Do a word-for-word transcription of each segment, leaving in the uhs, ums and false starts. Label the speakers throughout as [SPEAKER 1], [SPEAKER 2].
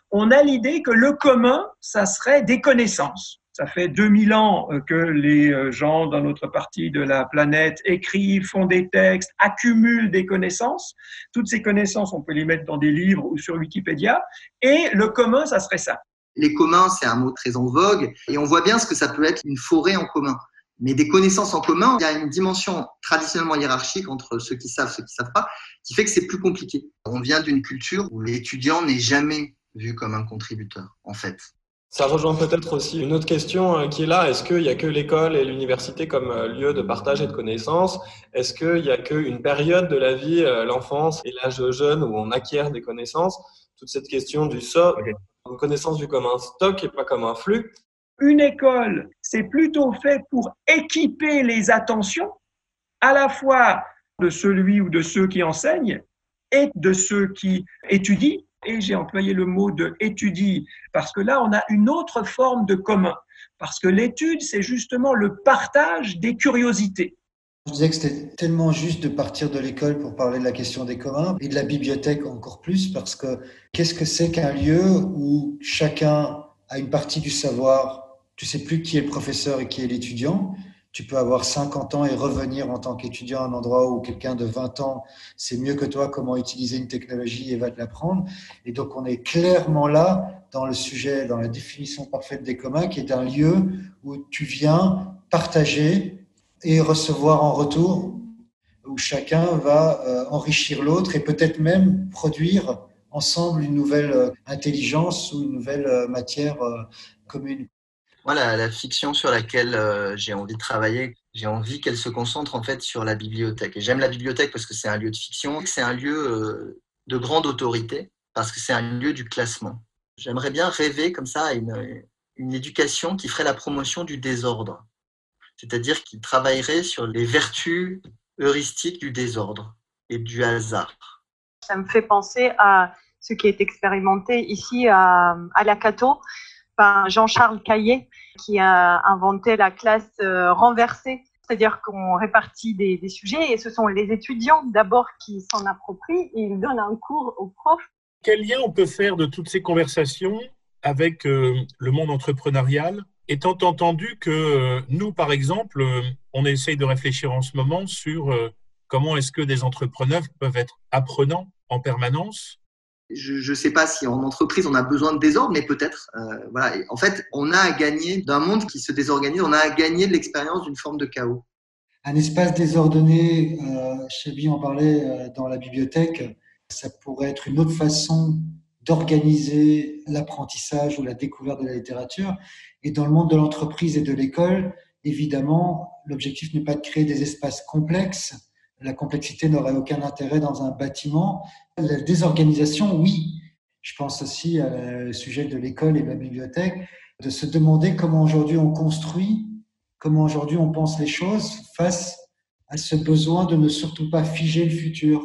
[SPEAKER 1] on a l'idée que le commun, ça serait des connaissances. Ça fait deux mille ans que les gens dans notre partie de la planète écrivent, font des textes, accumulent des connaissances. Toutes ces connaissances, on peut les mettre dans des livres ou sur Wikipédia. Et le commun, ça serait ça.
[SPEAKER 2] Les communs, c'est un mot très en vogue. Et on voit bien ce que ça peut être une forêt en commun. Mais des connaissances en commun, il y a une dimension traditionnellement hiérarchique entre ceux qui savent et ceux qui ne savent pas, qui fait que c'est plus compliqué. On vient d'une culture où l'étudiant n'est jamais vu comme un contributeur, en fait.
[SPEAKER 3] Ça rejoint peut-être aussi une autre question qui est là. Est-ce qu'il n'y a que l'école et l'université comme lieu de partage et de connaissances? Est-ce qu'il n'y a qu'une période de la vie, l'enfance et l'âge jeune, où on acquiert des connaissances? Toute cette question du stock, une connaissance vue comme un stock et pas comme un flux.
[SPEAKER 1] Une école, c'est plutôt fait pour équiper les attentions, à la fois de celui ou de ceux qui enseignent et de ceux qui étudient. Et j'ai employé le mot de étudie, parce que là, on a une autre forme de commun. Parce que l'étude, c'est justement le partage des curiosités.
[SPEAKER 4] Je disais que c'était tellement juste de partir de l'école pour parler de la question des communs, et de la bibliothèque encore plus, parce que qu'est-ce que c'est qu'un lieu où chacun a une partie du savoir? Tu sais plus qui est le professeur et qui est l'étudiant. Tu peux avoir cinquante ans et revenir en tant qu'étudiant à un endroit où quelqu'un de vingt ans sait mieux que toi comment utiliser une technologie et va te l'apprendre. Et donc, on est clairement là dans le sujet, dans la définition parfaite des communs, qui est un lieu où tu viens partager et recevoir en retour, où chacun va euh, enrichir l'autre et peut-être même produire ensemble une nouvelle euh, intelligence ou une nouvelle euh, matière euh, commune.
[SPEAKER 2] Voilà, la fiction sur laquelle euh, j'ai envie de travailler, j'ai envie qu'elle se concentre en fait sur la bibliothèque. Et j'aime la bibliothèque parce que c'est un lieu de fiction, c'est un lieu euh, de grande autorité, parce que c'est un lieu du classement. J'aimerais bien rêver comme ça à une, une éducation qui ferait la promotion du désordre, c'est-à-dire qui travaillerait sur les vertus heuristiques du désordre et du hasard.
[SPEAKER 5] Ça me fait penser à ce qui est expérimenté ici à, à la Cato par Jean-Charles Caillet, qui a inventé la classe euh, renversée, c'est-à-dire qu'on répartit des, des sujets et ce sont les étudiants d'abord qui s'en approprient et ils donnent un cours aux profs.
[SPEAKER 6] Quel lien on peut faire de toutes ces conversations avec euh, le monde entrepreneurial, étant entendu que euh, nous, par exemple, euh, on essaye de réfléchir en ce moment sur euh, comment est-ce que des entrepreneurs peuvent être apprenants en permanence.
[SPEAKER 2] Je ne sais pas si en entreprise on a besoin de désordre, mais peut-être. Euh, voilà. En fait, on a à gagner d'un monde qui se désorganise, on a à gagner de l'expérience d'une forme de chaos.
[SPEAKER 4] Un espace désordonné, euh, Chabi en parlait euh, dans la bibliothèque, ça pourrait être une autre façon d'organiser l'apprentissage ou la découverte de la littérature. Et dans le monde de l'entreprise et de l'école, évidemment, l'objectif n'est pas de créer des espaces complexes. La complexité n'aurait aucun intérêt dans un bâtiment. La désorganisation, oui. Je pense aussi au sujet de l'école et de la bibliothèque, de se demander comment aujourd'hui on construit, comment aujourd'hui on pense les choses face à ce besoin de ne surtout pas figer le futur.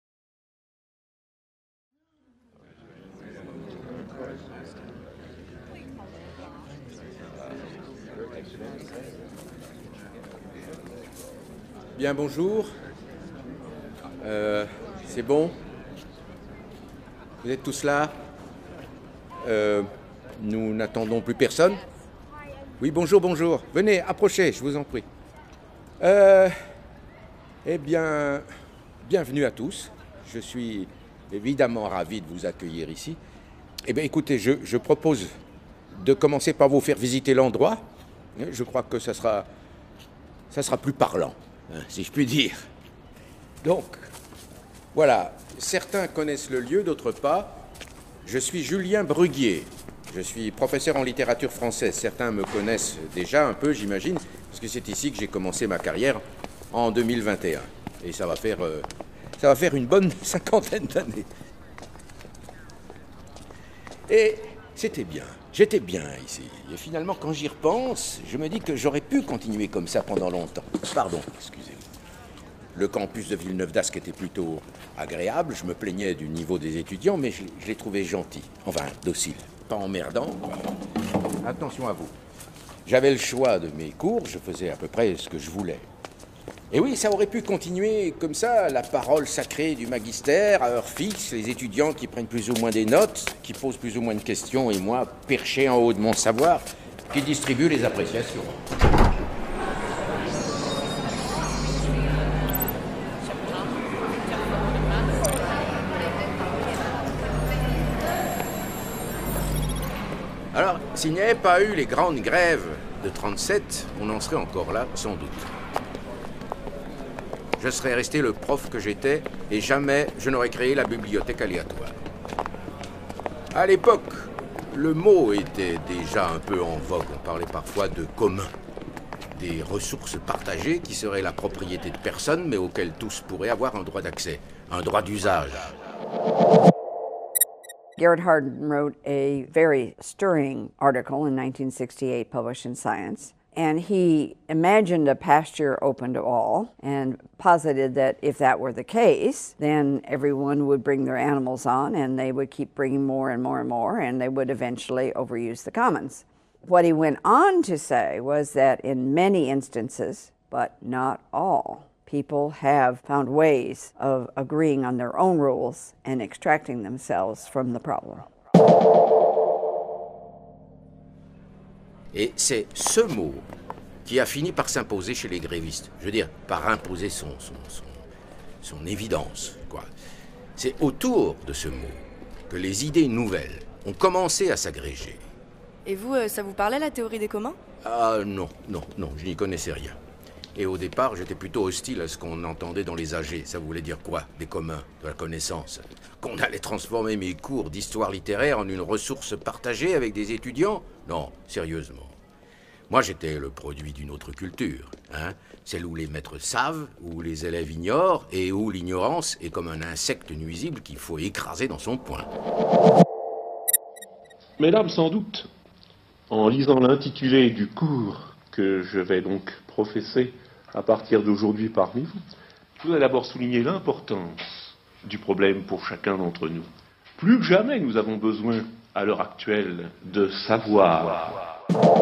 [SPEAKER 7] Bien, bonjour. Euh, c'est bon? Vous êtes tous là? euh, Nous n'attendons plus personne? Oui, bonjour, bonjour. Venez, approchez, je vous en prie. Euh, eh bien, bienvenue à tous. Je suis évidemment ravi de vous accueillir ici. Eh bien, écoutez, je, je propose de commencer par vous faire visiter l'endroit. Je crois que ça sera, ça sera plus parlant, hein, si je puis dire. Donc, voilà, certains connaissent le lieu, d'autres pas. Je suis Julien Bruguier. Je suis professeur en littérature française. Certains me connaissent déjà un peu, j'imagine, parce que c'est ici que j'ai commencé ma carrière en deux mille vingt et un. Et ça va faire, euh, ça va faire une bonne cinquantaine d'années. Et c'était bien, j'étais bien ici. Et finalement, quand j'y repense, je me dis que j'aurais pu continuer comme ça pendant longtemps. Pardon, excusez-moi. Le campus de Villeneuve-d'Ascq était plutôt agréable. Je me plaignais du niveau des étudiants, mais je, je les trouvais gentils. Enfin, dociles. Pas emmerdants. Attention à vous. J'avais le choix de mes cours, je faisais à peu près ce que je voulais. Et oui, ça aurait pu continuer comme ça, la parole sacrée du magistère, à heure fixe, les étudiants qui prennent plus ou moins des notes, qui posent plus ou moins de questions, et moi, perché en haut de mon savoir, qui distribue les appréciations. Alors, s'il n'y avait pas eu les grandes grèves de trente-sept, on en serait encore là, sans doute. Je serais resté le prof que j'étais et jamais je n'aurais créé la bibliothèque aléatoire. À l'époque, le mot était déjà un peu en vogue. On parlait parfois de commun. Des ressources partagées qui seraient la propriété de personne, mais auxquelles tous pourraient avoir un droit d'accès, un droit d'usage.
[SPEAKER 8] Garrett Hardin wrote a very stirring article in nineteen sixty-eight published in Science, and he imagined a pasture open to all and posited that if that were the case, then everyone would bring their animals on and they would keep bringing more and more and more and they would eventually overuse the commons. What he went on to say was that in many instances, but not all, people have found ways of agreeing on their own rules and extracting themselves from the problem.
[SPEAKER 7] Et c'est ce mot qui a fini par s'imposer chez les grévistes. Je veux dire, par imposer son, son, son, son évidence, quoi. C'est autour de ce mot que les idées nouvelles ont commencé à s'agréger.
[SPEAKER 9] Et vous, ça vous parlait la théorie des communs?
[SPEAKER 7] Ah non, non, non, je n'y connaissais rien. Et au départ, j'étais plutôt hostile à ce qu'on entendait dans les A G. Ça voulait dire quoi? Des communs, de la connaissance. Qu'on allait transformer mes cours d'histoire littéraire en une ressource partagée avec des étudiants? Non, sérieusement. Moi, j'étais le produit d'une autre culture, hein, celle où les maîtres savent, où les élèves ignorent, et où l'ignorance est comme un insecte nuisible qu'il faut écraser dans son poing.
[SPEAKER 10] Mesdames, sans doute, en lisant l'intitulé du cours que je vais donc professer à partir d'aujourd'hui parmi vous, je voudrais d'abord souligner l'importance du problème pour chacun d'entre nous. Plus que jamais, nous avons besoin, à l'heure actuelle, de savoir.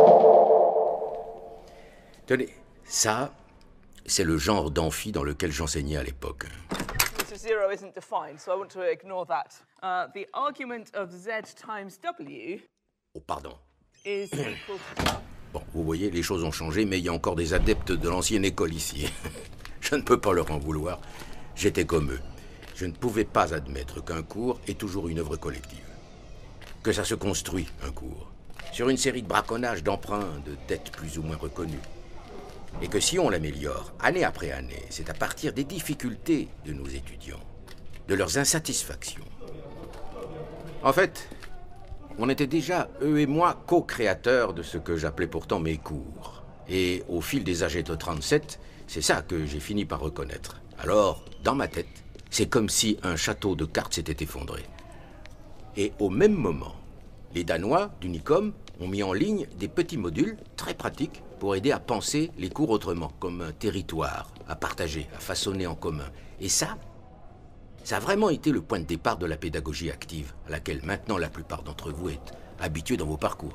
[SPEAKER 7] Tenez, ça, c'est le genre d'amphi dans lequel j'enseignais à l'époque.
[SPEAKER 11] Zero isn't defined, so I want to ignore that. Uh, the argument of z times w.
[SPEAKER 7] Oh, pardon.
[SPEAKER 11] Is equal to...
[SPEAKER 7] Bon, vous voyez, les choses ont changé, mais il y a encore des adeptes de l'ancienne école ici. Je ne peux pas leur en vouloir. J'étais comme eux. Je ne pouvais pas admettre qu'un cours est toujours une œuvre collective. Que ça se construit, un cours, sur une série de braconnages, d'emprunts, de dettes plus ou moins reconnues. Et que si on l'améliore, année après année, c'est à partir des difficultés de nos étudiants, de leurs insatisfactions. En fait, on était déjà, eux et moi, co-créateurs de ce que j'appelais pourtant mes cours. Et au fil des A G de trente-sept, c'est ça que j'ai fini par reconnaître. Alors, dans ma tête, c'est comme si un château de cartes s'était effondré. Et au même moment, les Danois d'Unicom ont mis en ligne des petits modules très pratiques pour aider à penser les cours autrement, comme un territoire à partager, à façonner en commun. Et ça, ça a vraiment été le point de départ de la pédagogie active, à laquelle maintenant la plupart d'entre vous êtes habitués dans vos parcours.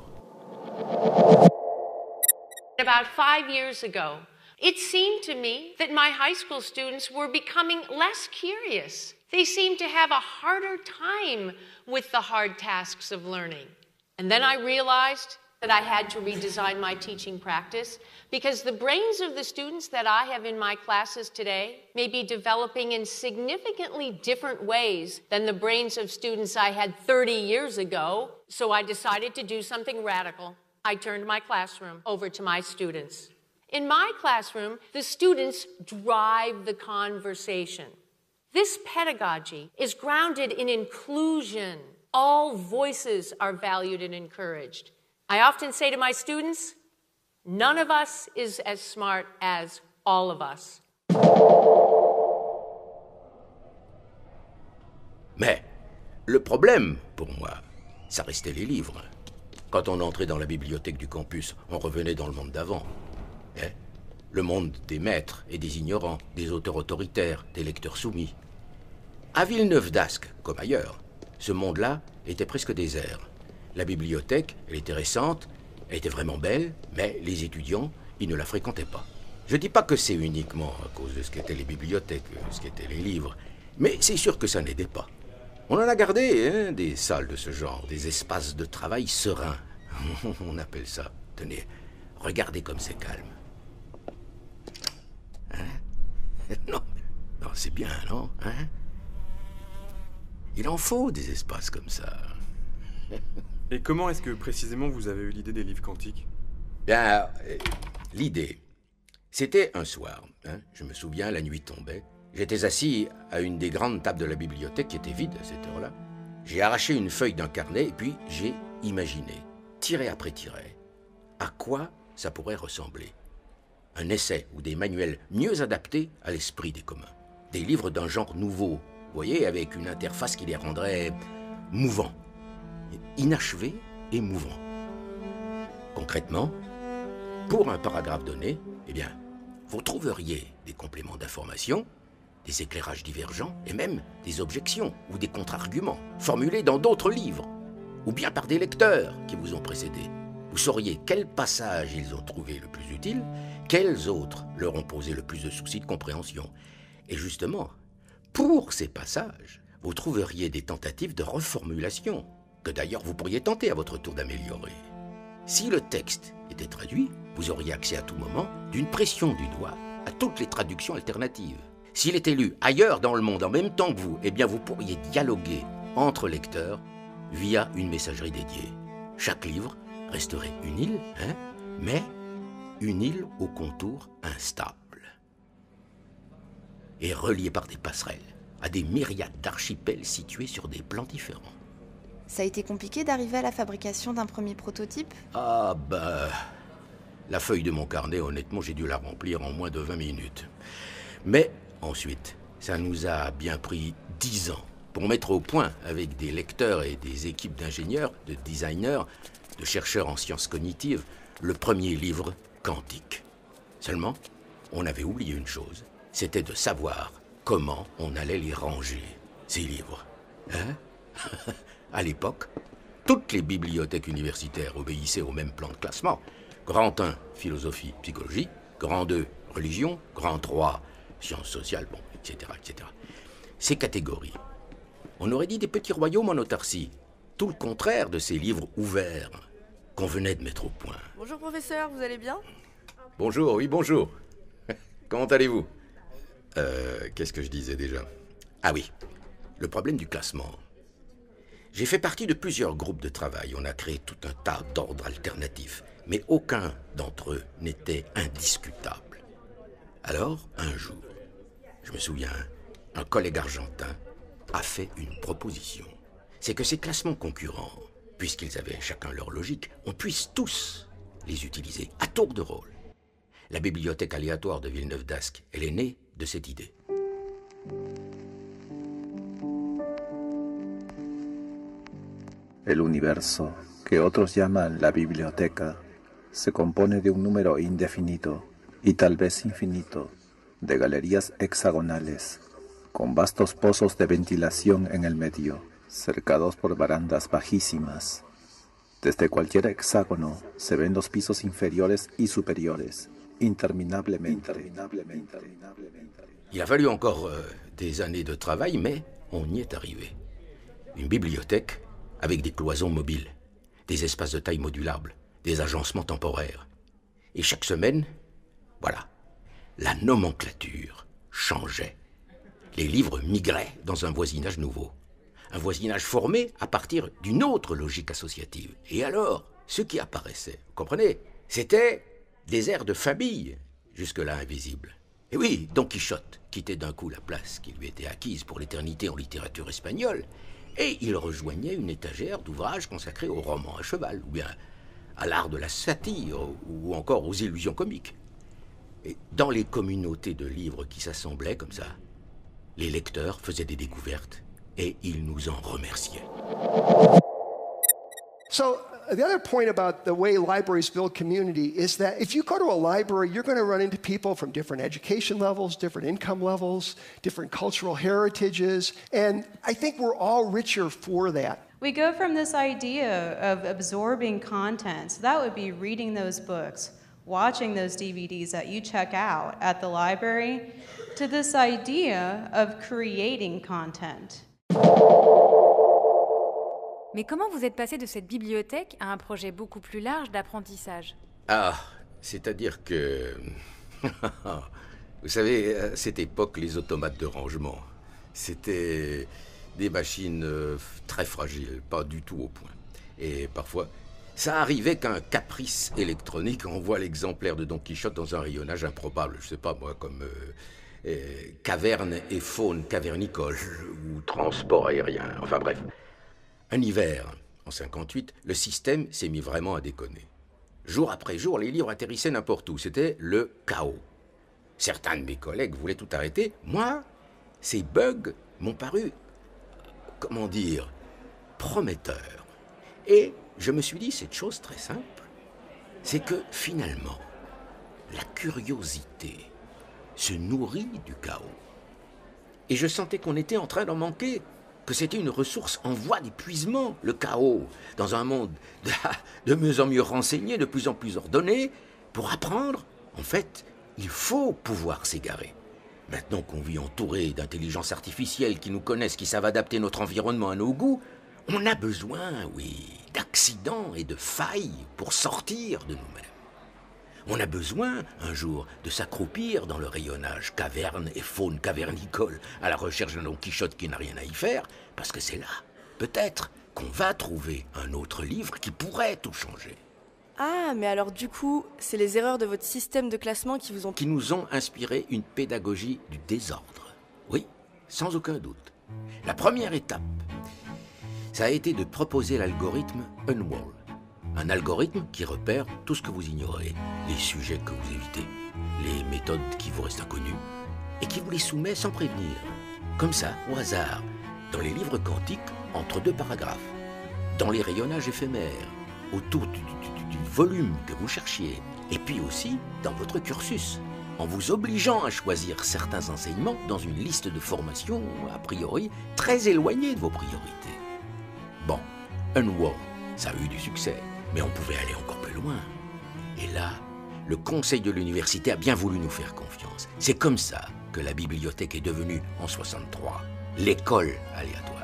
[SPEAKER 12] About five years ago, it seemed to me that my high school students were becoming less curious. They seemed to have a harder time with the hard tasks of learning. And then I realized that I had to redesign my teaching practice because the brains of the students that I have in my classes today may be developing in significantly different ways than the brains of students I had thirty years ago. So I decided to do something radical. I turned my classroom over to my students. In my classroom, the students drive the conversation. This pedagogy is grounded in inclusion. All voices are valued and encouraged. I often say to my students, none of us is as smart as all of us.
[SPEAKER 7] Mais le problème, pour moi, ça restait les livres. Quand on entrait dans la bibliothèque du campus, on revenait dans le monde d'avant. Eh? Le monde des maîtres et des ignorants, des auteurs autoritaires, des lecteurs soumis. À Villeneuve-d'Ascq, comme ailleurs, ce monde-là était presque désert. La bibliothèque, elle était récente, elle était vraiment belle, mais les étudiants, ils ne la fréquentaient pas.
[SPEAKER 13] Je ne dis pas que c'est uniquement à cause de ce qu'étaient les bibliothèques, ce qu'étaient les livres, mais c'est sûr que ça n'aidait pas. On en a gardé, hein, des salles de ce genre, des espaces de travail sereins. On appelle ça. Tenez, regardez comme c'est calme. Hein? Non, non c'est bien, non? Hein? Il en faut des espaces comme ça.
[SPEAKER 14] Et comment est-ce que précisément vous avez eu l'idée des livres quantiques?
[SPEAKER 13] Bien, euh, l'idée, c'était un soir. Hein, je me souviens, la nuit tombait. J'étais assis à une des grandes tables de la bibliothèque qui était vide à cette heure-là. J'ai arraché une feuille d'un carnet et puis j'ai imaginé, tiré après tiré, à quoi ça pourrait ressembler. Un essai ou des manuels mieux adaptés à l'esprit des communs. Des livres d'un genre nouveau, vous voyez, avec une interface qui les rendrait mouvants, inachevés et mouvants. Concrètement, pour un paragraphe donné, eh bien, vous trouveriez des compléments d'information, des éclairages divergents et même des objections ou des contre-arguments formulés dans d'autres livres, ou bien par des lecteurs qui vous ont précédé. Vous sauriez quels passages ils ont trouvé le plus utile, quels autres leur ont posé le plus de soucis de compréhension. Et justement, pour ces passages, vous trouveriez des tentatives de reformulation, que d'ailleurs vous pourriez tenter à votre tour d'améliorer. Si le texte était traduit, vous auriez accès à tout moment, d'une pression du doigt, à toutes les traductions alternatives. S'il était lu ailleurs dans le monde en même temps que vous, eh bien vous pourriez dialoguer entre lecteurs via une messagerie dédiée. Chaque livre resterait une île, hein, mais une île au contour instable et reliée par des passerelles à des myriades d'archipels situés sur des plans différents.
[SPEAKER 9] Ça a été compliqué d'arriver à la fabrication d'un premier prototype?
[SPEAKER 13] Ah bah... La feuille de mon carnet, honnêtement, j'ai dû la remplir en moins de vingt minutes. Mais ensuite, ça nous a bien pris dix ans pour mettre au point, avec des lecteurs et des équipes d'ingénieurs, de designers, de chercheurs en sciences cognitives, le premier livre quantique. Seulement, on avait oublié une chose, c'était de savoir comment on allait les ranger, ces livres. Hein? À l'époque, toutes les bibliothèques universitaires obéissaient au même plan de classement. Grand un, philosophie, psychologie. Grand deux, religion. Grand trois, sciences sociales, bon, et cetera, et cetera. Ces catégories, on aurait dit des petits royaumes en autarcie. Tout le contraire de ces livres ouverts qu'on venait de mettre au point.
[SPEAKER 9] Bonjour professeur, vous allez bien?
[SPEAKER 13] Bonjour, oui, bonjour. Comment allez-vous? Euh, qu'est-ce que je disais déjà? Ah oui, le problème du classement. J'ai fait partie de plusieurs groupes de travail. On a créé tout un tas d'ordres alternatifs, mais aucun d'entre eux n'était indiscutable. Alors, un jour, je me souviens, un collègue argentin a fait une proposition. C'est que ces classements concurrents, puisqu'ils avaient chacun leur logique, on puisse tous les utiliser à tour de rôle. La bibliothèque aléatoire de Villeneuve d'Ascq, elle est née de cette idée.
[SPEAKER 15] El universo, que otros llaman la biblioteca, se compone de un número indefinido y tal vez infinito de galerías hexagonales, con vastos pozos de ventilación en el medio, cercados por barandas bajísimas. Desde cualquier hexágono se ven los pisos inferiores y superiores, interminablemente. interminablemente, interminablemente.
[SPEAKER 13] Il a fallu encore euh, des années de travail, mais on y est arrivé. Une bibliothèque avec des cloisons mobiles, des espaces de taille modulable, des agencements temporaires. Et chaque semaine, voilà, la nomenclature changeait. Les livres migraient dans un voisinage nouveau. Un voisinage formé à partir d'une autre logique associative. Et alors, ce qui apparaissait, vous comprenez, c'était des airs de famille, jusque-là invisibles. Et oui, Don Quichotte quittait d'un coup la place qui lui était acquise pour l'éternité en littérature espagnole, et il rejoignait une étagère d'ouvrages consacrés au roman à cheval, ou bien à l'art de la satire, ou encore aux illusions comiques. Et dans les communautés de livres qui s'assemblaient comme ça, les lecteurs faisaient des découvertes, et ils nous en remerciaient.
[SPEAKER 16] So the other point about the way libraries build community is that if you go to a library, you're going to run into people from different education levels, different income levels, different cultural heritages, and I think we're all richer for that.
[SPEAKER 17] We go from this idea of absorbing content, so that would be reading those books, watching those D V Ds that you check out at the library to this idea of creating content.
[SPEAKER 18] Mais comment vous êtes passé de cette bibliothèque à un projet beaucoup plus large d'apprentissage?
[SPEAKER 13] Ah, c'est-à-dire que... Vous savez, à cette époque, les automates de rangement, c'était des machines très fragiles, pas du tout au point. Et parfois, ça arrivait qu'un caprice électronique envoie l'exemplaire de Don Quichotte dans un rayonnage improbable, je sais pas moi, comme euh, euh, caverne et faune cavernicole, ou transport aérien, enfin bref. Un hiver, en cinquante-huit, le système s'est mis vraiment à déconner. Jour après jour, les livres atterrissaient n'importe où, c'était le chaos. Certains de mes collègues voulaient tout arrêter. Moi, ces bugs m'ont paru, comment dire, prometteurs. Et je me suis dit cette chose très simple, c'est que finalement, la curiosité se nourrit du chaos. Et je sentais qu'on était en train d'en manquer, que c'était une ressource en voie d'épuisement, le chaos, dans un monde de, de mieux en mieux renseigné, de plus en plus ordonné. Pour apprendre, en fait, il faut pouvoir s'égarer. Maintenant qu'on vit entouré d'intelligence artificielle qui nous connaissent, qui savent adapter notre environnement à nos goûts, on a besoin, oui, d'accidents et de failles pour sortir de nous-mêmes. On a besoin, un jour, de s'accroupir dans le rayonnage caverne et faune cavernicole à la recherche d'un Don Quichotte qui n'a rien à y faire, parce que c'est là, peut-être, qu'on va trouver un autre livre qui pourrait tout changer.
[SPEAKER 19] Ah, mais alors du coup, c'est les erreurs de votre système de classement qui vous ont...
[SPEAKER 13] Qui nous ont inspiré une pédagogie du désordre. Oui, sans aucun doute. La première étape, ça a été de proposer l'algorithme Unwall. Un algorithme qui repère tout ce que vous ignorez, les sujets que vous évitez, les méthodes qui vous restent inconnues, et qui vous les soumet sans prévenir, comme ça, au hasard, dans les livres quantiques, entre deux paragraphes, dans les rayonnages éphémères, autour du, du, du, du volume que vous cherchiez, et puis aussi dans votre cursus, en vous obligeant à choisir certains enseignements dans une liste de formations, a priori, très éloignée de vos priorités. Bon, Unwall, ça a eu du succès. Mais on pouvait aller encore plus loin. Et là, le conseil de l'université a bien voulu nous faire confiance. C'est comme ça que la bibliothèque est devenue, en soixante-trois, l'école aléatoire.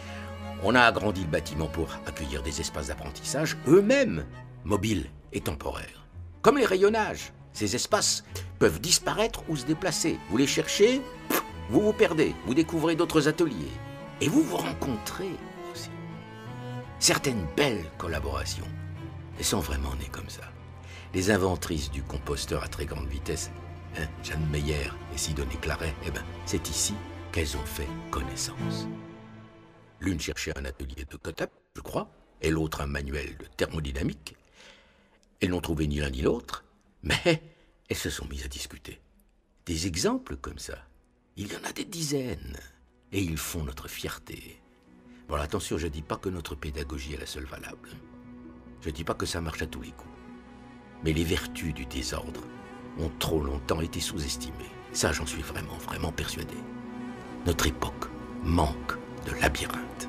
[SPEAKER 13] On a agrandi le bâtiment pour accueillir des espaces d'apprentissage, eux-mêmes mobiles et temporaires. Comme les rayonnages, ces espaces peuvent disparaître ou se déplacer. Vous les cherchez, vous vous perdez, vous découvrez d'autres ateliers. Et vous vous rencontrez aussi. Certaines belles collaborations. Elles sont vraiment nées comme ça. Les inventrices du composteur à très grande vitesse, hein, Jeanne Meyer et Sidonie Claret, eh ben, c'est ici qu'elles ont fait connaissance. L'une cherchait un atelier de cut-up, je crois, et l'autre un manuel de thermodynamique. Elles n'ont trouvé ni l'un ni l'autre, mais elles se sont mises à discuter. Des exemples comme ça, il y en a des dizaines, et ils font notre fierté. Bon, attention, je ne dis pas que notre pédagogie est la seule valable. Je ne dis pas que ça marche à tous les coups. Mais les vertus du désordre ont trop longtemps été sous-estimées. Ça, j'en suis vraiment, vraiment persuadé. Notre époque manque de labyrinthe.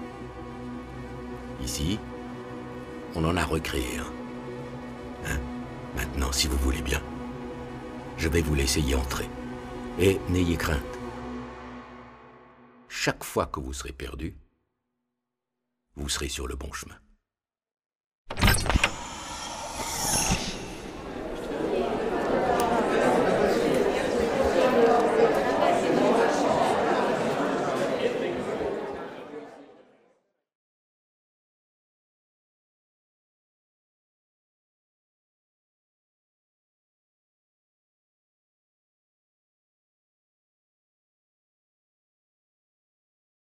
[SPEAKER 13] Ici, on en a recréé un. Hein? Maintenant, si vous voulez bien, je vais vous laisser y entrer. Et n'ayez crainte. Chaque fois que vous serez perdu, vous serez sur le bon chemin.